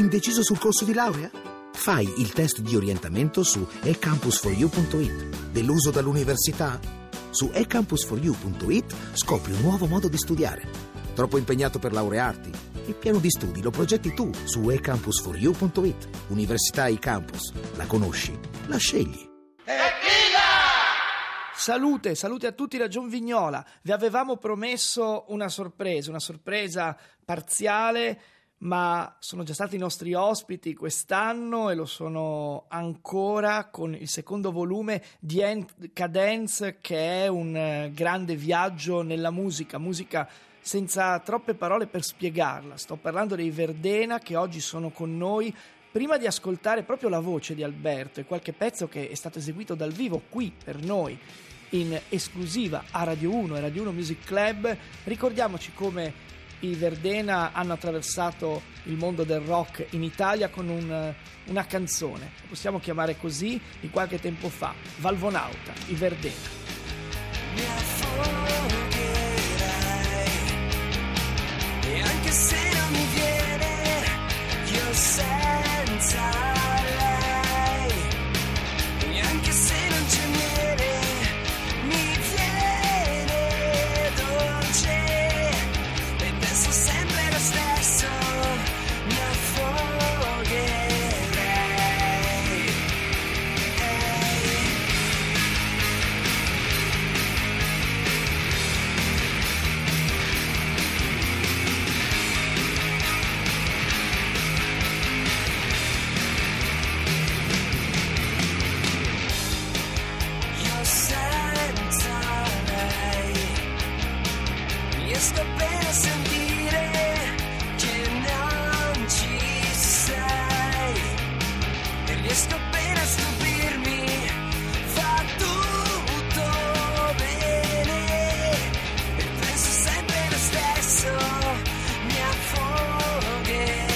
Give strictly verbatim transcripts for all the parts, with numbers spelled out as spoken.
Indeciso sul corso di laurea? Fai il test di orientamento su e campus for you punto it. Deluso dall'università? Su e campus for you punto it scopri un nuovo modo di studiare. Troppo impegnato per laurearti? Il piano di studi lo progetti tu su e campus for you punto it. Università eCampus. La conosci? La scegli. Salute, salute a tutti da John Vignola. Vi avevamo promesso una sorpresa, una sorpresa parziale, ma sono già stati i nostri ospiti quest'anno e lo sono ancora con il secondo volume di Encadence, che è un grande viaggio nella musica, musica senza troppe parole per spiegarla. Sto parlando dei Verdena, che oggi sono con noi. Prima di ascoltare proprio la voce di Alberto e qualche pezzo che è stato eseguito dal vivo qui per noi in esclusiva a Radio uno e Radio uno Music Club, ricordiamoci come i Verdena hanno attraversato il mondo del rock in Italia con un, una canzone, lo possiamo chiamare così, di qualche tempo fa, Valvonauta, i Verdena. Mi affogherai e anche se non mi viene, io senza lei, e anche se non c'è miele, mi viene dolce e penso sempre lo stesso, mi affogherai. Io senza lei riesco appena a sentire che non ci sei e riesco appena a stupirmi, fa tutto bene e penso sempre lo stesso, mi affogherei.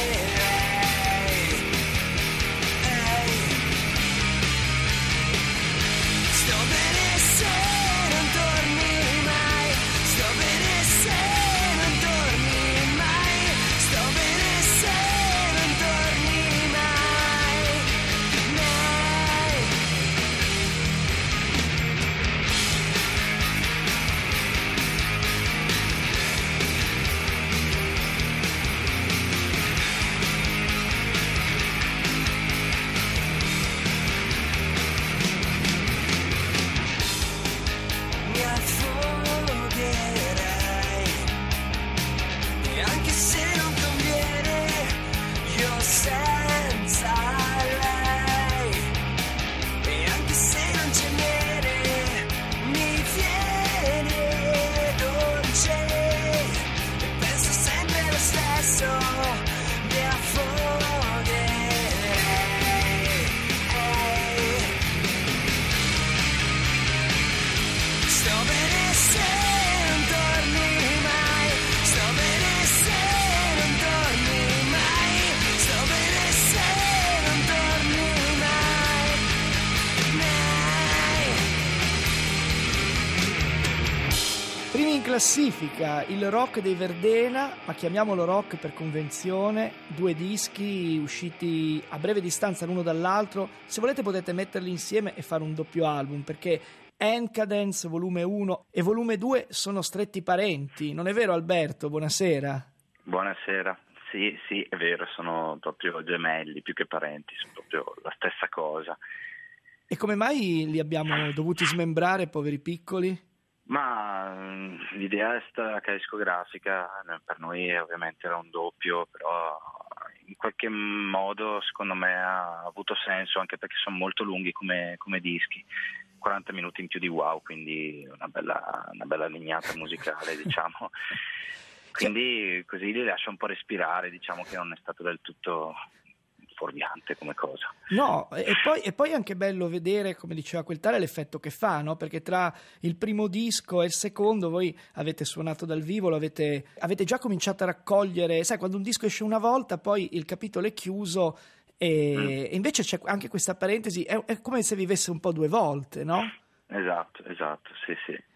Sto bene se non torni mai, sto bene se non torni mai, sto bene se non torni mai, mai. Mi affogherai e anche se non conviene, io senza lei, e anche se non c'è miele, mi viene dolce e penso sempre lo stesso, mi affogherei. Sto bene se non torni mai, sto bene se non torni mai, sto bene se non torni mai, mai. Primi in classifica il rock dei Verdena, ma chiamiamolo rock per convenzione, due dischi usciti a breve distanza l'uno dall'altro. Se volete potete metterli insieme e fare un doppio album, perché Encadence volume uno e volume due sono stretti parenti, non è vero Alberto? Buonasera. Buonasera, sì, sì, è vero, sono proprio gemelli, più che parenti, sono proprio la stessa cosa. E come mai li abbiamo dovuti smembrare, poveri piccoli? Ma mh, l'idea è stata che discografica, eh, per noi ovviamente era un doppio, però in qualche modo secondo me ha avuto senso, anche perché sono molto lunghi come, come dischi. quaranta minuti in più di wow, quindi una bella, una bella lignata musicale, diciamo. Quindi così li lascia un po' respirare, diciamo che non è stato del tutto fuorviante come cosa. No, e poi, e poi è anche bello vedere, come diceva quel tale, l'effetto che fa, no? Perché tra il primo disco e il secondo voi avete suonato dal vivo, lo avete, avete già cominciato a raccogliere, sai, quando un disco esce una volta, poi il capitolo è chiuso. E mm. invece c'è anche questa parentesi, è, è come se vivesse un po' due volte, no? Esatto, esatto, sì, sì.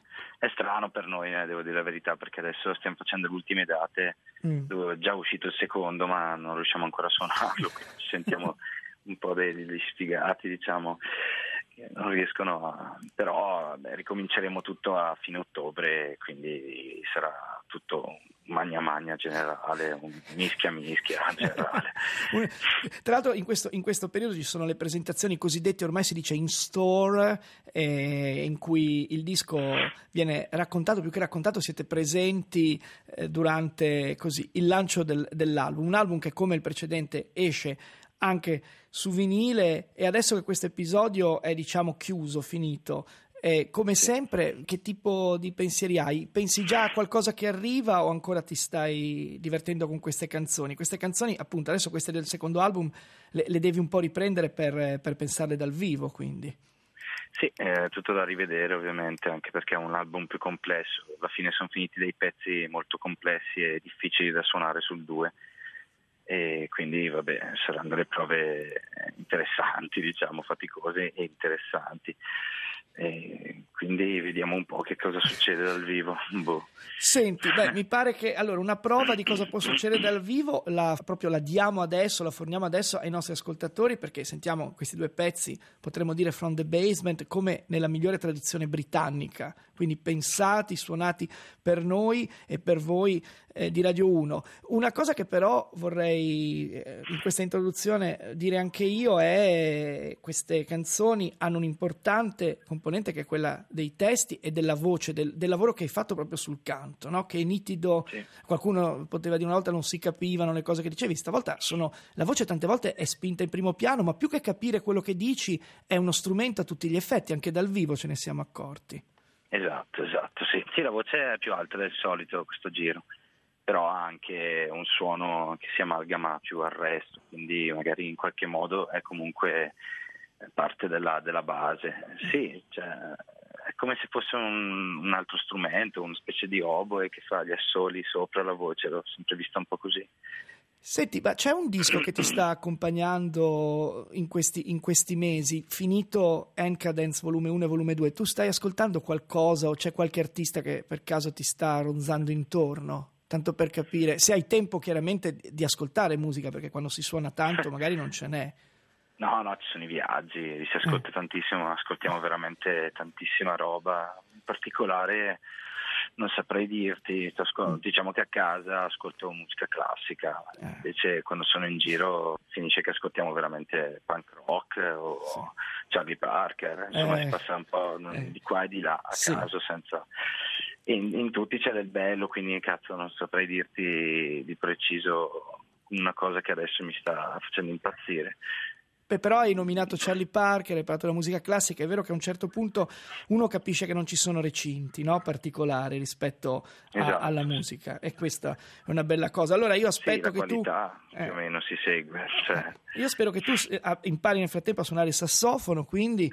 È strano per noi, eh, devo dire la verità, perché adesso stiamo facendo le ultime date, mm. dove è già uscito il secondo, ma non riusciamo ancora a suonarlo, quindi ci sentiamo un po' degli, degli sfigati, diciamo, che non riescono a... Però beh, ricominceremo tutto a fine ottobre, quindi sarà tutto magna magna generale, un mischia mischia generale. Tra l'altro in questo, in questo periodo ci sono le presentazioni cosiddette, ormai si dice in store, eh, in cui il disco viene raccontato, più che raccontato siete presenti eh, durante così il lancio del, dell'album, un album che come il precedente esce anche su vinile, e adesso che questo episodio è diciamo chiuso, finito, eh, come sempre che tipo di pensieri hai? Pensi già a qualcosa che arriva o ancora ti stai divertendo con queste canzoni? Queste canzoni appunto adesso, queste del secondo album, le, le devi un po' riprendere per, per pensarle dal vivo, quindi. Sì, è tutto da rivedere ovviamente, anche perché è un album più complesso, alla fine sono finiti dei pezzi molto complessi e difficili da suonare sul due. E quindi vabbè, saranno delle prove interessanti, diciamo, faticose e interessanti, e quindi vediamo un po' che cosa succede dal vivo. Boh. Senti, beh, mi pare che allora una prova di cosa può succedere dal vivo la, proprio la diamo adesso, la forniamo adesso ai nostri ascoltatori, perché sentiamo questi due pezzi, potremmo dire from the basement, come nella migliore tradizione britannica, quindi pensati, suonati per noi e per voi eh, di Radio uno. Una cosa che però vorrei eh, in questa introduzione dire anche io è: queste canzoni hanno un'importante componente che è quella dei testi e della voce, del, del lavoro che hai fatto proprio sul canto, no? Che è nitido. Sì. Qualcuno poteva dire una volta non si capivano le cose che dicevi, stavolta sono, la voce tante volte è spinta in primo piano, ma più che capire quello che dici è uno strumento a tutti gli effetti, anche dal vivo ce ne siamo accorti. Esatto, esatto, sì. Sì, la voce è più alta del solito questo giro, però ha anche un suono che si amalgama più al resto, quindi magari in qualche modo è comunque parte della, della base. Sì, cioè, è come se fosse un, un altro strumento, una specie di oboe che fa gli assoli sopra la voce, l'ho sempre vista un po' così. Senti, ma c'è un disco che ti sta accompagnando in questi, in questi mesi, finito Encadence volume uno e volume due, tu stai ascoltando qualcosa o c'è qualche artista che per caso ti sta ronzando intorno? Tanto per capire, se hai tempo chiaramente di ascoltare musica, perché quando si suona tanto magari non ce n'è. No, no, ci sono i viaggi, si ascolta eh. tantissimo, ascoltiamo veramente tantissima roba, in particolare non saprei dirti, diciamo che a casa ascolto musica classica, invece quando sono in giro finisce che ascoltiamo veramente punk rock o sì. Charlie Parker, insomma eh. si passa un po' eh. di qua e di là a sì. caso, senza... In, in tutti c'è del bello, quindi cazzo non saprei dirti di preciso una cosa che adesso mi sta facendo impazzire. Beh, però hai nominato Charlie Parker, hai parlato della musica classica, è vero che a un certo punto uno capisce che non ci sono recinti, no? particolari rispetto a, esatto. alla musica, e questa è una bella cosa. Allora io aspetto sì, la che qualità, tu più o meno si segue, cioè. Io spero che tu impari nel frattempo a suonare il sassofono, quindi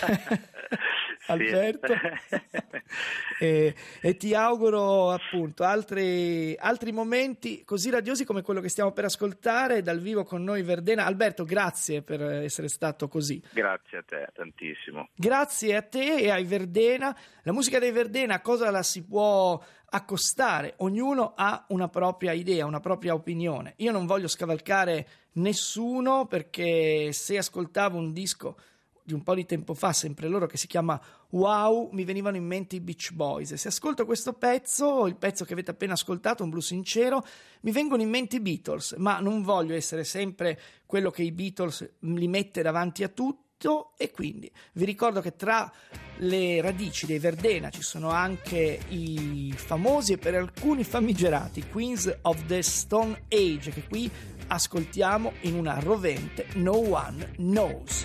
Alberto e, e ti auguro appunto altri, altri momenti così radiosi come quello che stiamo per ascoltare dal vivo con noi, Verdena. Alberto, grazie per essere stato così. Grazie a te tantissimo. Grazie a te e ai Verdena. La musica dei Verdena cosa la si può accostare? Ognuno ha una propria idea, una propria opinione. Io non voglio scavalcare nessuno, perché se ascoltavo un disco di un po' di tempo fa, sempre loro, che si chiama Wow, mi venivano in mente i Beach Boys, e se ascolto questo pezzo, il pezzo che avete appena ascoltato, Un blues sincero, mi vengono in mente i Beatles, ma non voglio essere sempre quello che i Beatles li mette davanti a tutto, e quindi vi ricordo che tra le radici dei Verdena ci sono anche i famosi e per alcuni famigerati Queens of the Stone Age, che qui ascoltiamo in una rovente No One Knows.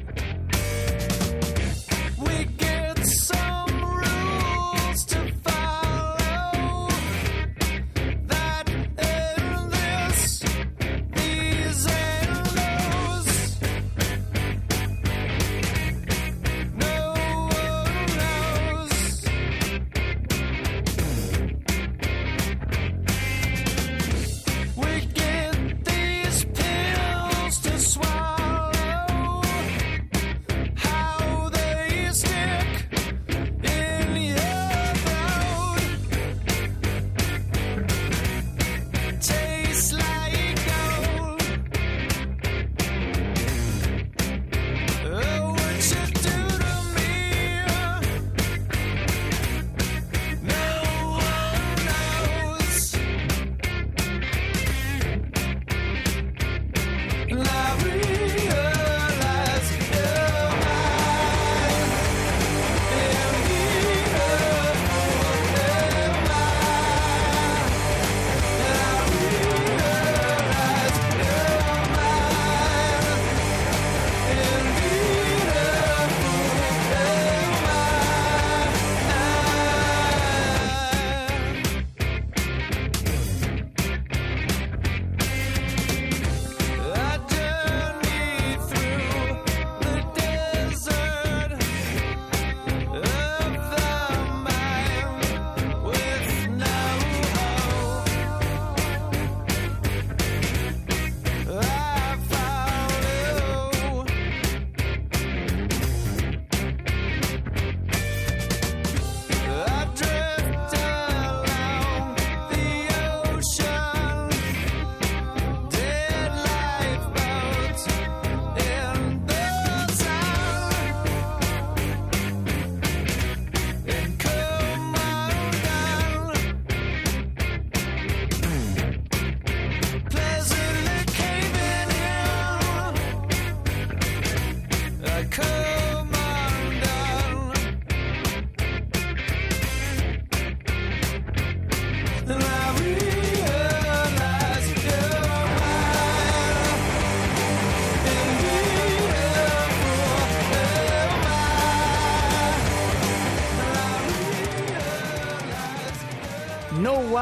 We get some rules to follow that in this, these and those. No one knows. We get these pills to swallow. How they still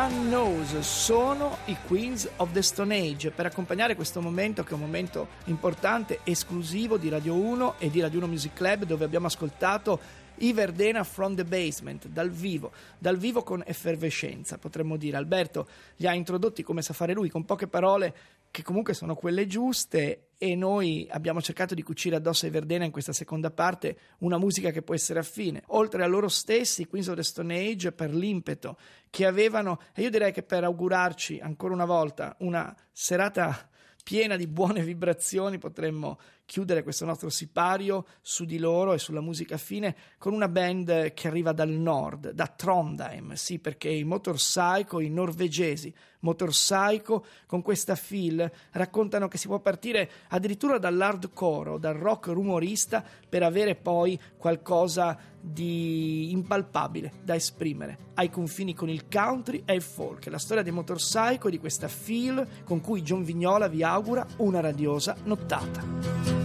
One Knows sono i Queens of the Stone Age, per accompagnare questo momento, che è un momento importante, esclusivo di Radio uno e di Radio uno Music Club, dove abbiamo ascoltato i Verdena From the Basement dal vivo, dal vivo con effervescenza, potremmo dire. Alberto li ha introdotti come sa fare lui, con poche parole che comunque sono quelle giuste, e noi abbiamo cercato di cucire addosso ai Verdena in questa seconda parte una musica che può essere affine, oltre a loro stessi, Queens of the Stone Age, per l'impeto che avevano, e io direi che per augurarci ancora una volta una serata piena di buone vibrazioni, potremmo chiudere questo nostro sipario su di loro e sulla musica affine con una band che arriva dal nord, da Trondheim, sì, perché i Motorpsycho, i norvegesi Motorpsycho, con questa feel raccontano che si può partire addirittura dall'hardcore, dal rock rumorista, per avere poi qualcosa di impalpabile da esprimere ai confini con il country e il folk. La storia dei Motorpsycho e di questa feel con cui John Vignola vi augura una radiosa nottata.